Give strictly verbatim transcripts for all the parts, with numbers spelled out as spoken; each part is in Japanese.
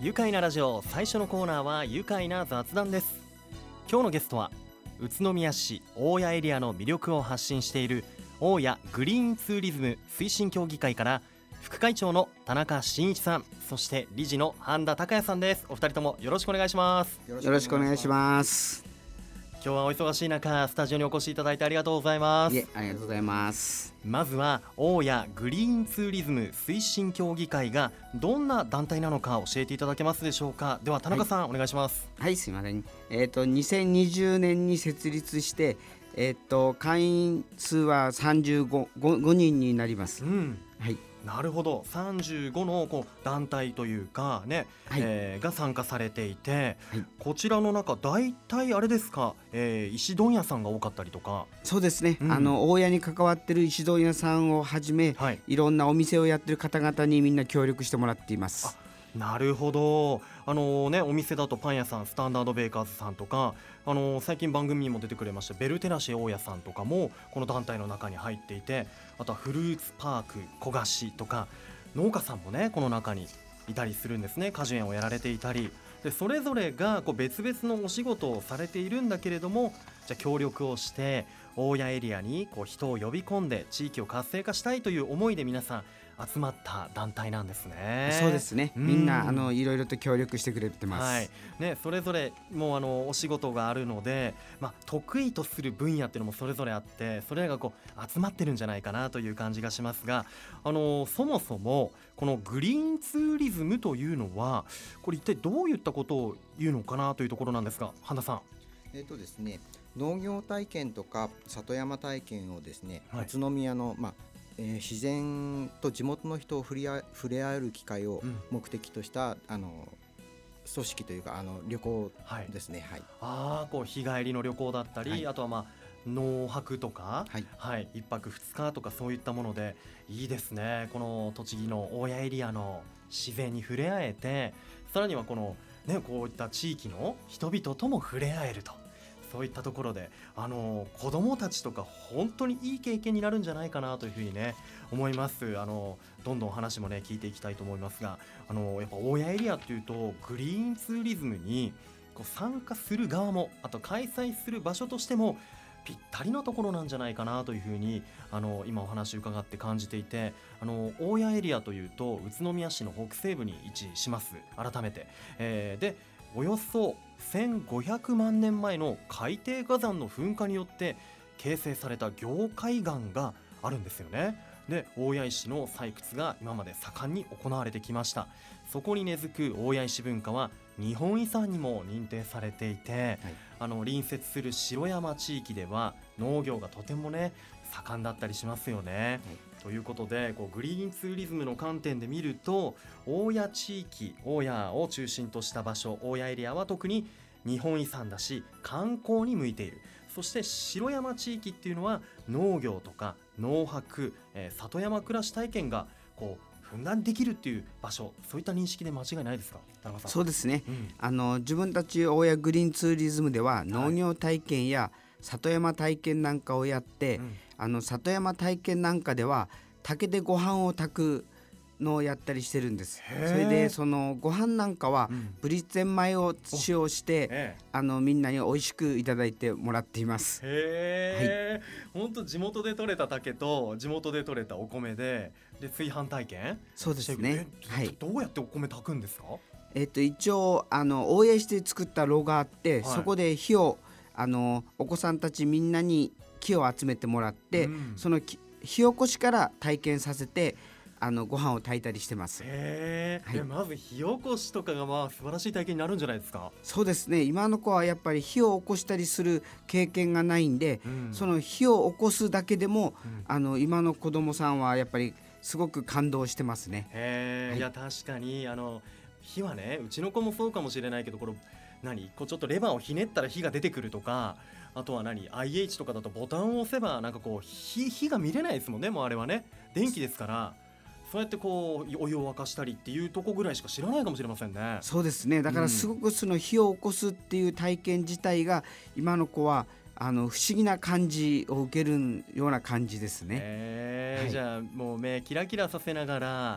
愉快なラジオ最初のコーナーは愉快な雑談です。今日のゲストは宇都宮市大谷エリアの魅力を発信している大谷グリーンツーリズム推進協議会から副会長の田中真一さん、そして理事の半田孝也さんです。お二人ともよろしくお願いします。 よろしくお願いします。 今日はお忙しい中スタジオにお越しいただいてありがとうございます。 いえ、ありがとうございます。 まずは大谷グリーンツーリズム推進協議会がどんな団体なのか教えていただけますでしょうか。では田中さん、はい、お願いします。 はい、すいません。えっ、ー、とにせんにじゅうねんに設立してえっ、ー、と会員数はさんじゅうごにんになります。 うん、 はい。 なるほど。さんじゅうごのこう団体というかね、はい、えー、が参加されていて、はい、こちらの中大体あれですか、えー、石問屋さんが多かったりとか。 そうですね、 うん、 あの大谷に関わってる石問屋さんをはじめ、はい、いろんなお店をやってる方々にみんな協力してもらっています。 あ、なるほど。あのね、お店だとパン屋さんスタンダードベーカーズさんとか、あの最近番組にも出てくれましたベルテラシ大家さんとかもこの団体の中に入っていて、あとはフルーツパーク小菓子とか農家さんもねこの中にいたりするんですね。果樹園をやられていたりで、それぞれがこう別々のお仕事をされているんだけれども、じゃあ協力をして大谷エリアにこう人を呼び込んで地域を活性化したいという思いで皆さん集まった団体なんですね。 そうですね、みんなあのいろいろと協力してくれてます。 はいね、それぞれもうあのお仕事があるので、まあ、得意とする分野っていうのもそれぞれあって、それらがこう集まってるんじゃないかなという感じがしますが、あのそもそもこのグリーンツーリズムというのはこれ一体どういったことを言うのかなというところなんですが、半田さん。 えーとですね、農業体験とか里山体験をですね、 はい、 宇都宮の、まあえー、自然と地元の人を触れ合、触れ合える機会を目的とした、うん、あの組織というかあの旅行ですね。はいはい、 あこう日帰りの旅行だったり、はい、あとはまあ農泊とか、はいはい、いっぱくふつかとかそういったものでいいですね。この栃木の大谷エリアの自然に触れ合えて、さらにはこの、ね、こういった地域の人々とも触れ合えると、そういったところであの子どもたちとか本当にいい経験になるんじゃないかなというふうにね思います。あのどんどん話もね聞いていきたいと思いますが、あのやっぱ大谷エリアっていうとグリーンツーリズムにこう参加する側も、あと開催する場所としてもぴったりなところなんじゃないかなというふうにあの今お話伺って感じていて、あの大谷エリアというと宇都宮市の北西部に位置します。改めて、えー、でおよそせんごひゃくまんねんまえの海底火山の噴火によって形成された凝灰岩があるんですよね。で大谷石の採掘が今まで盛んに行われてきました。そこに根付く大谷石文化は日本遺産にも認定されていて、はい、あの隣接する城山地域では農業がとてもね盛んだったりしますよね。はい、ということでこうグリーンツーリズムの観点で見ると大谷地域、大谷を中心とした場所、大谷エリアは特に日本遺産だし観光に向いている。そして城山地域っていうのは農業とか農泊、えー、里山暮らし体験がこうふんだんにできるっていう場所、そういった認識で間違いないですか、田中さん。 そうですね、 うん、 あの自分たち大谷グリーンツーリズムでは農業体験や里山体験なんかをやって、はい、うん、あの里山体験なんかでは竹でご飯を炊くのをやったりしてるんです。それでそのご飯なんかはブリゼン米を使用して、うん、あのみんなに美味しくいただいてもらっています。 へー、はい、本当地元で採れた竹と地元で採れたお米で、で炊飯体験。 そうですね、 はい、どうやってお米炊くんですか。 えっと、一応あの大谷石で作った炉があって、はい、そこで火をあのお子さんたちみんなに木を集めてもらって、うん、その火起こしから体験させてあのご飯を炊いたりしてます。 へー、はい、まず火起こしとかがまあ素晴らしい体験になるんじゃないですか。 そうですね、今の子はやっぱり火を起こしたりする経験がないんで、うん、その火を起こすだけでも、うん、あの今の子どもさんはやっぱりすごく感動してますね。 へー、はい、いや確かにあの火はね、うちの子もそうかもしれないけど、これ何こうちょっとレバーをひねったら火が出てくるとか、あとは何 アイエイチ とかだとボタンを押せばなんかこう 火, 火が見れないですもんね。もうあれはね電気ですから、そうやってこうお湯を沸かしたりっていうとこぐらいしか知らないかもしれませんね。 そうですね、だからすごくその火を起こすっていう体験自体が今の子はあの不思議な感じを受けるような感じですね。 えーはい、 じゃあもう目キラキラさせながら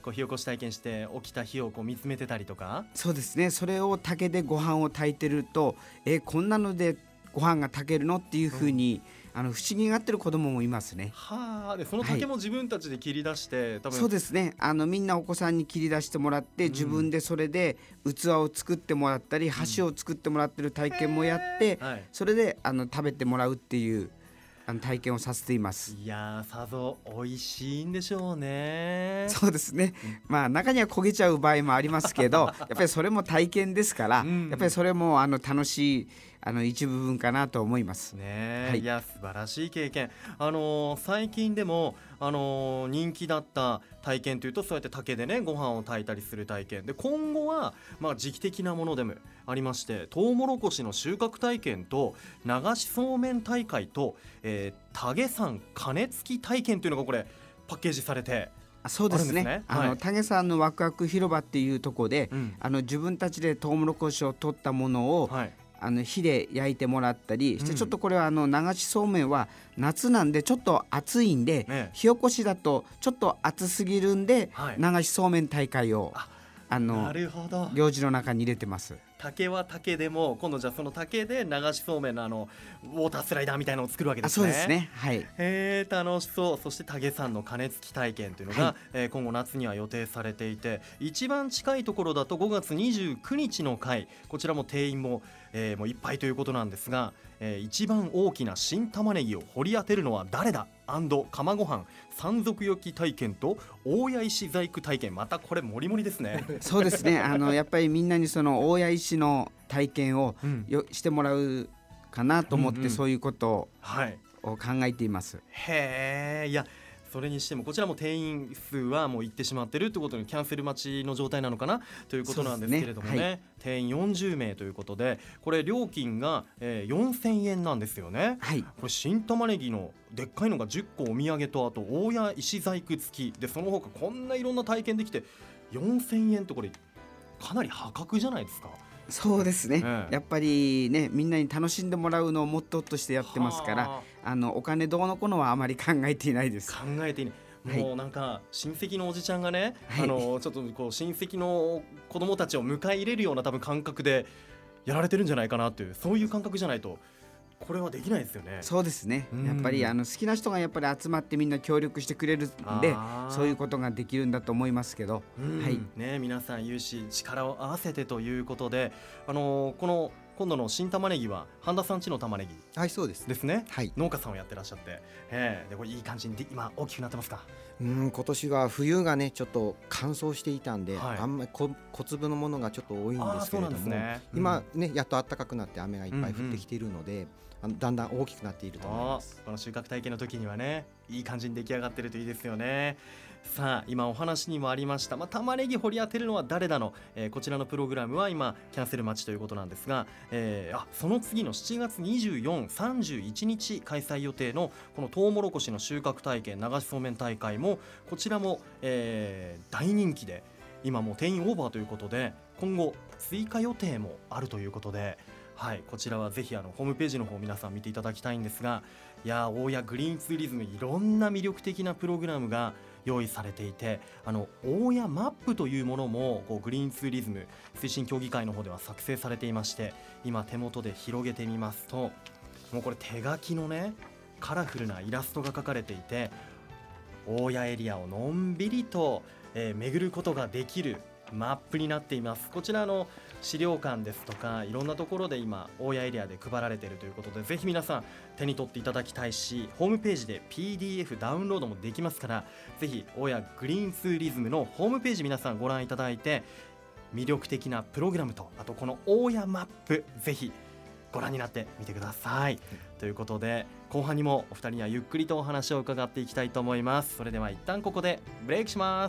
こう火起こし体験して起きた火をこう見つめてたりとか。 そうですね、それを竹でご飯を炊いてると、えこんなのでご飯が炊けるのっていうふうに、うん、あの不思議がってる子供もいますね。 はあ、でその竹も自分たちで切り出して、はい、多分そうですね、あのみんなお子さんに切り出してもらって、うん、自分でそれで器を作ってもらったり、箸を作ってもらってる体験もやって、うんはい、それであの食べてもらうっていうあの体験をさせています。 いやー、さぞ美味しいんでしょうね。 そうですね、まあ中には焦げちゃう場合もありますけどやっぱりそれも体験ですから、うん、やっぱりそれもあの楽しいあの一部分かなと思いますね。 はい、 いや素晴らしい経験。あのー、最近でも、あのー、人気だった体験というと、そうやって竹でねご飯を炊いたりする体験で、今後はまあ時期的なものでもありまして、トウモロコシの収穫体験と流しそうめん大会と、えー、竹山鐘つき体験というのがこれパッケージされて。 そうですね、あの竹山のワクワク広場っていうところで、うん、あの自分たちでトウモロコシを取ったものを、はい、あの火で焼いてもらったりして、うん、ちょっとこれはあの流しそうめんは夏なんでちょっと暑いんで、ね、火起こしだとちょっと暑すぎるんで、はい、流しそうめん大会をああのなるほど、 行事の中に入れてます。 竹は竹でも今度じゃあその竹で流しそうめんのあのウォータースライダーみたいなのを作るわけですね。 あ、そうですね、はい。 へー、楽しそう。そして竹さんの鐘つき体験というのが、はい、えー、今後夏には予定されていて、一番近いところだとごがつにじゅうくにちの回、こちらも定員も、えー、もういっぱいということなんですが、えー、一番大きな新玉ねぎを掘り当てるのは誰だ釜ごはん山賊焼き体験と大谷石細工体験、またこれもりもりですね。 そうですね、あのやっぱりみんなにその大谷石の体験をよ、うん、してもらうかなと思って、うんうん、そういうことを考えています。 へー、いやそれにしてもこちらも定員数はもういってしまってるということに、キャンセル待ちの状態なのかなということなんですけれども ね, ね、はい、定員よんじゅうめいということで、これ料金が、えー、よんせんえんなんですよね、はい、これ新玉ねぎのでっかいのがじゅっこお土産と、あと大谷石細工付きで、その他こんないろんな体験できてよんせんえんと、これかなり破格じゃないですか。 そうですね、ええ、やっぱりね、みんなに楽しんでもらうのをモットーとしてやってますから、あのお金どうのこのはあまり考えていないです。 考えていない、もうなんか親戚のおじちゃんがね、はい、あのちょっとこう親戚の子供たちを迎え入れるような多分感覚でやられてるんじゃないかなという、そういう感覚じゃないとこれはできないですよね。 そうですね、やっぱりあの好きな人がやっぱり集まってみんな協力してくれるんで、そういうことができるんだと思いますけど、 はいね、皆さん有志力を合わせてということで、あのー、この今度の新玉ねぎは半田さん家の玉ねぎ、 はい、そうですですね、 はい、 農家さんをやってらっしゃって、えー、でこれいい感じにで今大きくなってますか。 うん、今年は冬がねちょっと乾燥していたんで、はい、あんまり小粒のものがちょっと多いんですけれども、ね、うん、今ねやっと暖かくなって雨がいっぱい降ってきているので、うんうん、あのだんだん大きくなっていると思います。 この収穫体験の時にはね、いい感じに出来上がってるといいですよね。さあ今お話にもありました、まあ、玉ねぎ掘り当てるのは誰だの、えー、こちらのプログラムは今キャンセル待ちということなんですが、えー、あその次のしちがつにじゅうよっか、さんじゅういちにち開催予定のこのトウモロコシの収穫体験流しそうめん大会も、こちらも、えー、大人気で今もう定員オーバーということで、今後追加予定もあるということで、はい、こちらはぜひあのホームページの方皆さん見ていただきたいんですが、いや大谷グリーンツーリズムいろんな魅力的なプログラムが用意されていて、あの大谷マップというものもこうグリーンツーリズム推進協議会の方では作成されていまして、今手元で広げてみますと、もうこれ手書きのねカラフルなイラストが描かれていて、大谷エリアをのんびりと、えー、巡ることができるマップになっています。こちらの資料館ですとかいろんなところで今大谷エリアで配られているということで、ぜひ皆さん手に取っていただきたいし、ホームページで ピーディーエフ ダウンロードもできますから、ぜひ大谷グリーンツーリズムのホームページ皆さんご覧いただいて、魅力的なプログラムと、あとこの大谷マップぜひご覧になってみてください、うん、ということで後半にもお二人にはゆっくりとお話を伺っていきたいと思います。それでは一旦ここでブレイクします。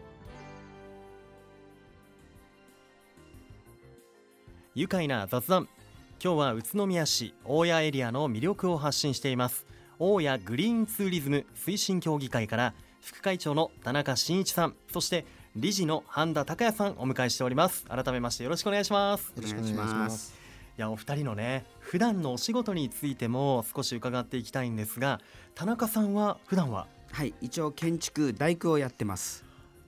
愉快な雑談、今日は宇都宮市大谷エリアの魅力を発信しています大谷グリーンツーリズム推進協議会から副会長の田中真一さん、そして理事の半田孝也さんお迎えしております。改めましてよろしくお願いします。 よろしくお願いします。 いやお二人のね普段のお仕事についても少し伺っていきたいんですが、田中さんは普段は？ はい、一応建築大工をやってます。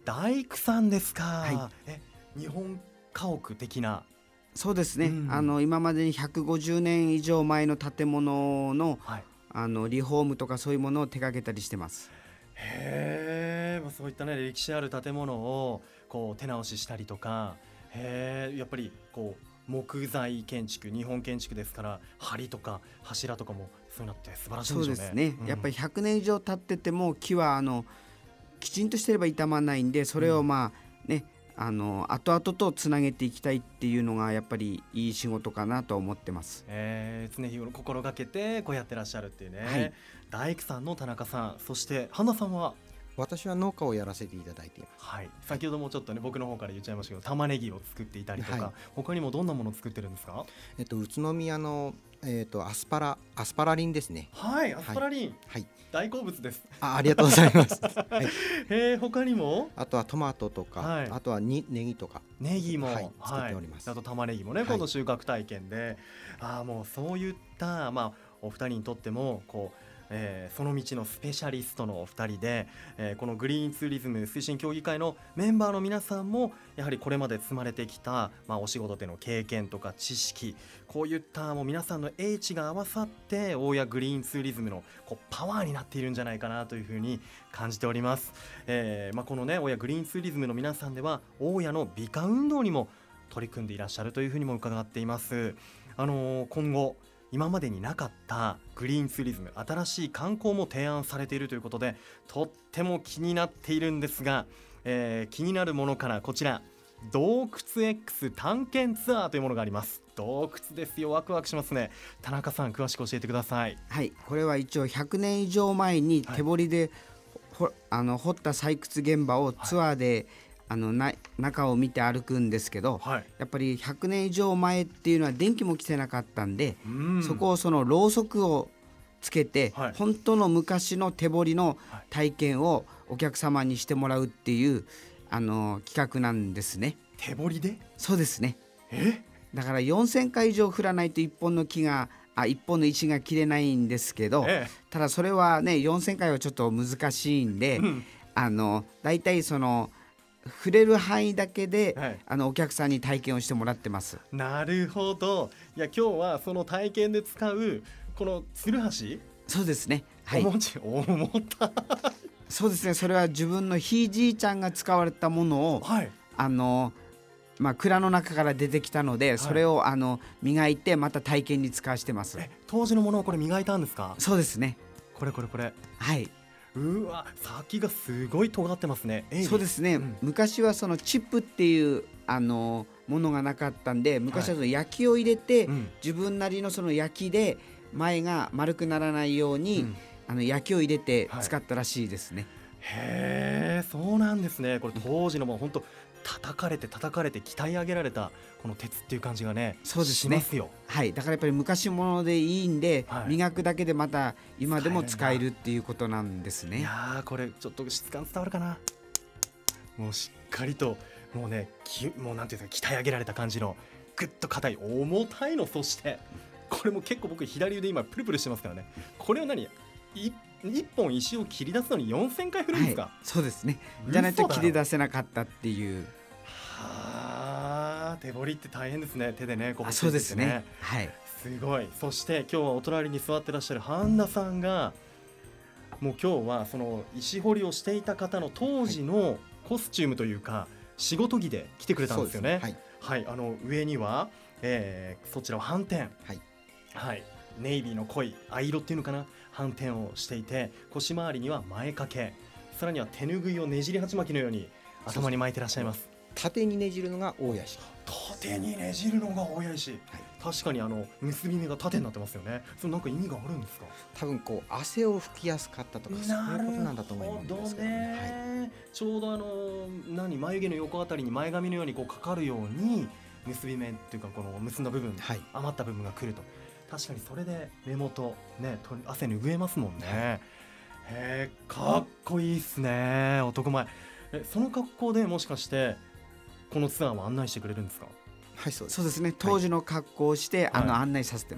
大工さんですか。 はい、 え日本家屋的な。 そうですね、 うん、 あの今までにひゃくごじゅうねん以上前の建物の、はい、あのリフォームとかそういうものを手掛けたりしてます。 へえ、そういったね歴史ある建物をこう手直ししたりとか、へえ、やっぱりこう木材建築、日本建築ですから梁とか柱とかもそういうのって素晴らしいんでしょうね。 そうですね、 うん、 やっぱりひゃくねん以上経ってても木はあのきちんとしてれば傷まないんで、それをまあね、あの後々とつなげていきたいっていうのがやっぱりいい仕事かなと思ってます。 えー、常日頃心がけてこうやってらっしゃるっていうね、 はい、 大工さんの田中さん、そして花さんは。 私は農家をやらせていただいています。 はい、先ほどもちょっとね僕の方から言っちゃいましたけど、玉ねぎを作っていたりとか、はい、他にもどんなものを作ってるんですか？ えっと、宇都宮の、えー、とアスパラアスパラリンですね。 はい、アスパラリン、 はい、 大好物です。 あ, ありがとうございます、はい、 えー、他にもあとはトマトとか、はい、あとはにネギとかネギも、はい、 作っております。 あと玉ねぎもね、今度収穫体験で、あもうそういった、まあ、お二人にとってもこうえー、その道のスペシャリストのお二人で、えー、このグリーンツーリズム推進協議会のメンバーの皆さんもやはりこれまで積まれてきた、まあ、お仕事での経験とか知識、こういったもう皆さんの英知が合わさって大谷グリーンツーリズムのこうパワーになっているんじゃないかなというふうに感じております。えーまあ、このね大谷グリーンツーリズムの皆さんでは大谷の美化運動にも取り組んでいらっしゃるというふうにも伺っています。あのー、今後今までになかったグリーンツーリズム、新しい観光も提案されているということでとっても気になっているんですが、えー、気になるものからこちら洞窟 X 探検ツアーというものがあります。洞窟ですよ、ワクワクしますね。田中さん詳しく教えてください。 はい、これは一応ひゃくねん以上前に手掘りで、はい、あの掘った採掘現場をツアーで、はい、あのな中を見て歩くんですけど、はい、やっぱりひゃくねん以上前っていうのは電気も来てなかったんで、んそこをそのろうそくをつけて、はい、本当の昔の手掘りの体験をお客様にしてもらうっていうあの企画なんですね。 手掘りで？ そうですね。 えだからよんせんかい以上振らないといっぽんの木があいっぽんの石が切れないんですけど、ええ、ただそれはねよんせんかいはちょっと難しいんで、うん、あのだいたいその触れる範囲だけで、はい、あのお客さんに体験をしてもらってます。 なるほど。いや今日はその体験で使うこのつるはし、 そうですね、はい、 お餅重たいそうですね、それは自分のひいじいちゃんが使われたものを、はい、あのまあ、蔵の中から出てきたので、はい、それをあの磨いてまた体験に使わしてます。 え当時のものをこれ磨いたんですか？ そうですね。 これこれこれ、 はい、 うわ先がすごい尖ってますね。 そうですね、うん、昔はそのチップっていうあのものがなかったんで、昔はその焼きを入れて、はい、自分なりのその焼きで前が丸くならないように、うん、あの焼きを入れて使ったらしいですね。 はい、へー、そうなんですね。これ当時のもう本当叩かれて叩かれて鍛え上げられたこの鉄っていう感じがね、 そうですね、 しますよ。 はい、だからやっぱり昔物でいいんで、はい、磨くだけでまた今でも使えるっていうことなんですね。 いやーこれちょっと質感伝わるかな。もうしっかりともうねきもうなんていうか鍛え上げられた感じのぐっと硬い重たいの、そしてこれも結構僕左腕今プルプルしてますからね。これは何い一本石を切り出すのによんせんかい振るんですか？はい、 そうですね。じゃないと切り出せなかったっていう。 はあ、手掘りって大変ですね。手でねこう、ね、 そうですね。はい。 すごい。そして今日はお隣に座ってらっしゃる半田さんがもう今日はその石掘りをしていた方の当時のコスチュームというか仕事着で来てくれたんですよね。はい、はい、あの上には、えー、そちらを反転、はいはい、ネイビーの濃い藍色っていうのかな、反転をしていて、腰回りには前掛け、さらには手ぬぐいをねじり鉢巻きのように頭に巻いてらっしゃいます。 縦にねじるのが大谷石。 縦にねじるのが大谷石、はい、確かにあの結び目が縦になってますよね。それなんか意味があるんですか？ 多分こう汗を拭きやすかったとかそういうことなんだと思いますけどね。はい、ちょうどあの何眉毛の横あたりに前髪のようにこうかかるように結び目っていうかこの結んだ部分、はい、余った部分が来ると、確かにそれで目元ね汗拭えますもんね。はい、へー、かっこいいっすね、男前。えその格好でもしかしてこのツアーを案内してくれるんですか？ はい、そうです。 そうですね、当時の格好をして、はい、あの案内させてます。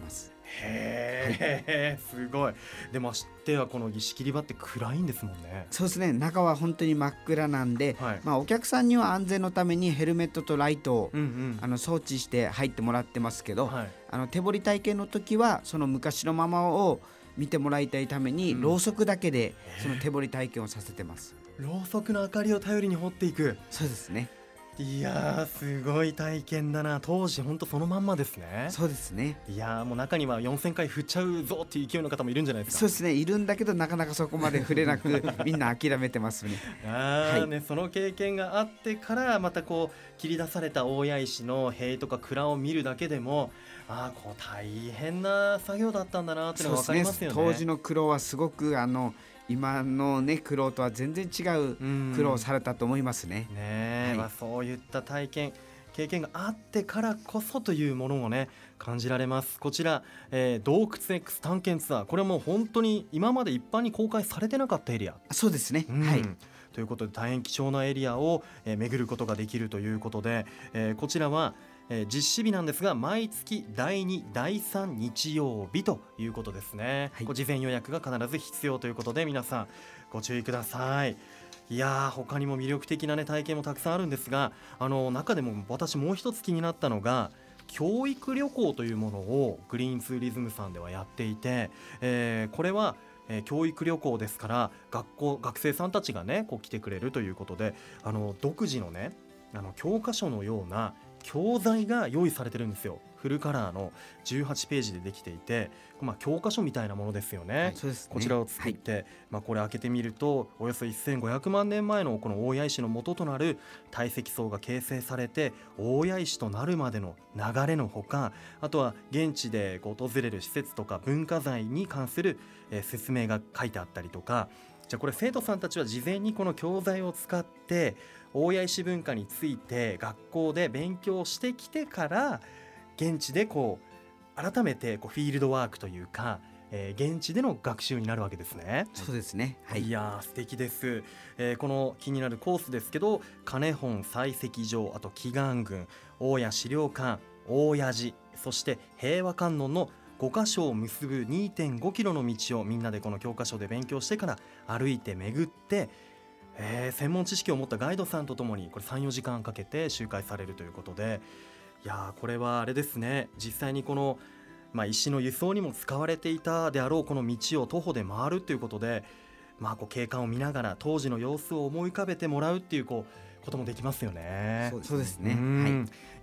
へー、はい、すごい。でましてはこの石切り場って暗いんですもんね。 そうですね、中は本当に真っ暗なんで、はい、まあ、お客さんには安全のためにヘルメットとライトを、うんうん、あの装置して入ってもらってますけど、はい、あの手彫り体験の時はその昔のままを見てもらいたいために、うん、ろうそくだけでその手彫り体験をさせてます。 ろうそくの明かりを頼りに彫っていく。 そうですね。 いやー、すごい体験だな。当時本当そのまんまですね。 そうですね。 いやー、もう中にはよんせんかい振っちゃうぞっていう勢いの方もいるんじゃないですか。 そうですね、いるんだけどなかなかそこまで触れなくみんな諦めてますね。 あー、はい、ね、その経験があってからまたこう切り出された大谷石の塀とか蔵を見るだけでも、あー、こう大変な作業だったんだなっていうのが分かりますよね。 当時の苦労はすごくあの今のね苦労とは全然違う苦労をされたと思いますね。 ねえ、はい、まあ、そういった体験経験があってからこそというものもね感じられます。こちら、えー、洞窟 X 探検ツアー、これはもう本当に今まで一般に公開されてなかったエリア。 そうですね、 うん、 はい、 ということで大変貴重なエリアを、えー、巡ることができるということで、えー、こちらはえー、実施日なんですが毎月だいに、だいさん日曜日ということですね、はい、事前予約が必ず必要ということで皆さんご注意ください。いやー、他にも魅力的な、ね、体験もたくさんあるんですが、あの中でも私もう一つ気になったのが教育旅行というものをグリーンツーリズムさんではやっていて、えー、これはえー、教育旅行ですから学校学生さんたちがねこう来てくれるということで、あの独自のねあの教科書のような教材が用意されてるんですよ。フルカラーのじゅうはちページでできていて、まあ、教科書みたいなものですよね、はい、そうですね。こちらを作って、はい、まあ、これ開けてみるとおよそせんごひゃくまんねんまえのこの大谷石の元となる堆積層が形成されて大谷石となるまでの流れのほか、あとは現地で訪れる施設とか文化財に関する、えー、説明が書いてあったりとか、じゃあこれ生徒さんたちは事前にこの教材を使って大谷石文化について学校で勉強してきてから現地でこう改めてこうフィールドワークというか、えー、現地での学習になるわけですね。 そうですね、はい、 いやー素敵です、えー、この気になるコースですけど金本採石場、あと祈願群、大谷資料館、大谷寺、そして平和観音のごかしょを結ぶ にてんごキロの道をみんなでこの教科書で勉強してから歩いて巡って、えー、専門知識を持ったガイドさんとともにこれ さんよじかんかけて周回されるということで、いやーこれはあれですね、実際にこの、まあ、石の輸送にも使われていたであろうこの道を徒歩で回るということで、まあ、こう景観を見ながら当時の様子を思い浮かべてもらうっていうこうこともできますよね。 そうですね、はい、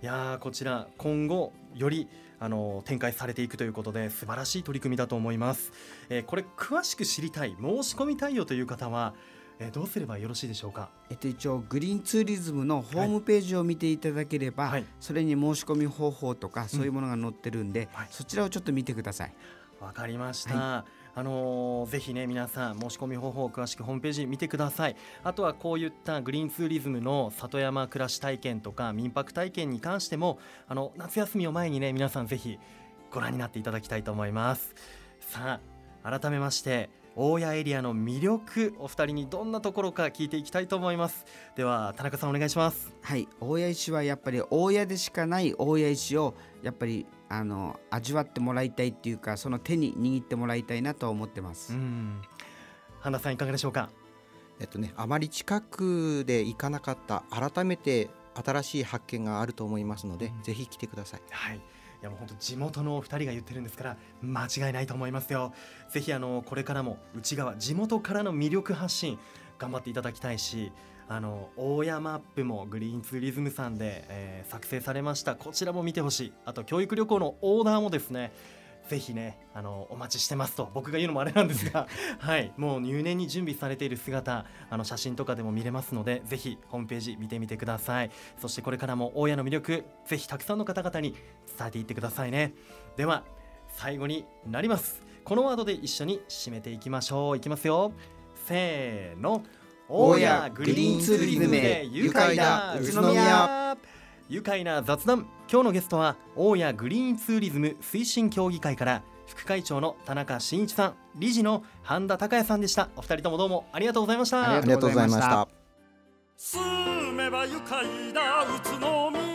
いやーこちら今後よりあの展開されていくということで素晴らしい取り組みだと思います、えー、これ詳しく知りたい、申し込みたいよという方は、えー、どうすればよろしいでしょうか。 えっと、一応グリーンツーリズムのホームページを見ていただければ、はい、それに申し込み方法とかそういうものが載ってるんで、うん、はい、そちらをちょっと見てください。 わかりました、 はい、 あのー、ぜひね皆さん申し込み方法を詳しくホームページ見てください。あとはこういったグリーンツーリズムの里山暮らし体験とか民泊体験に関してもあの夏休みを前にね皆さんぜひご覧になっていただきたいと思います。さあ改めまして大谷エリアの魅力、お二人にどんなところか聞いていきたいと思います。では田中さんお願いします。 はい、大谷石はやっぱり大谷でしかない大谷石をやっぱりあの味わってもらいたいっていうか、その手に握ってもらいたいなと思ってます。 うん、半田さんいかがでしょうか。 えっとね、あまり近くで行かなかった改めて新しい発見があると思いますので、うん、ぜひ来てください。 はい、いやもう本当地元のお二人が言ってるんですから間違いないと思いますよ。ぜひあのこれからも内側地元からの魅力発信頑張っていただきたいし、あの大谷マップもグリーンツーリズムさんで、えー、作成されました。こちらも見てほしい。あと教育旅行のオーダーもですねぜひねあのお待ちしてますと僕が言うのもあれなんですがはいもう入念に準備されている姿あの写真とかでも見れますのでぜひホームページ見てみてください。そしてこれからも大谷の魅力ぜひたくさんの方々に伝えていってくださいね。では最後になります。このワードで一緒に締めていきましょう。いきますよ、せーの、 大谷グリーンツーリズムで愉快な宇都宮。 愉快な雑談、今日のゲストは大谷グリーンツーリズム推進協議会から副会長の田中真一さん、理事の半田孝也さんでした。お二人ともどうもありがとうございました。 ありがとうございました。 住めば愉快な宇都宮。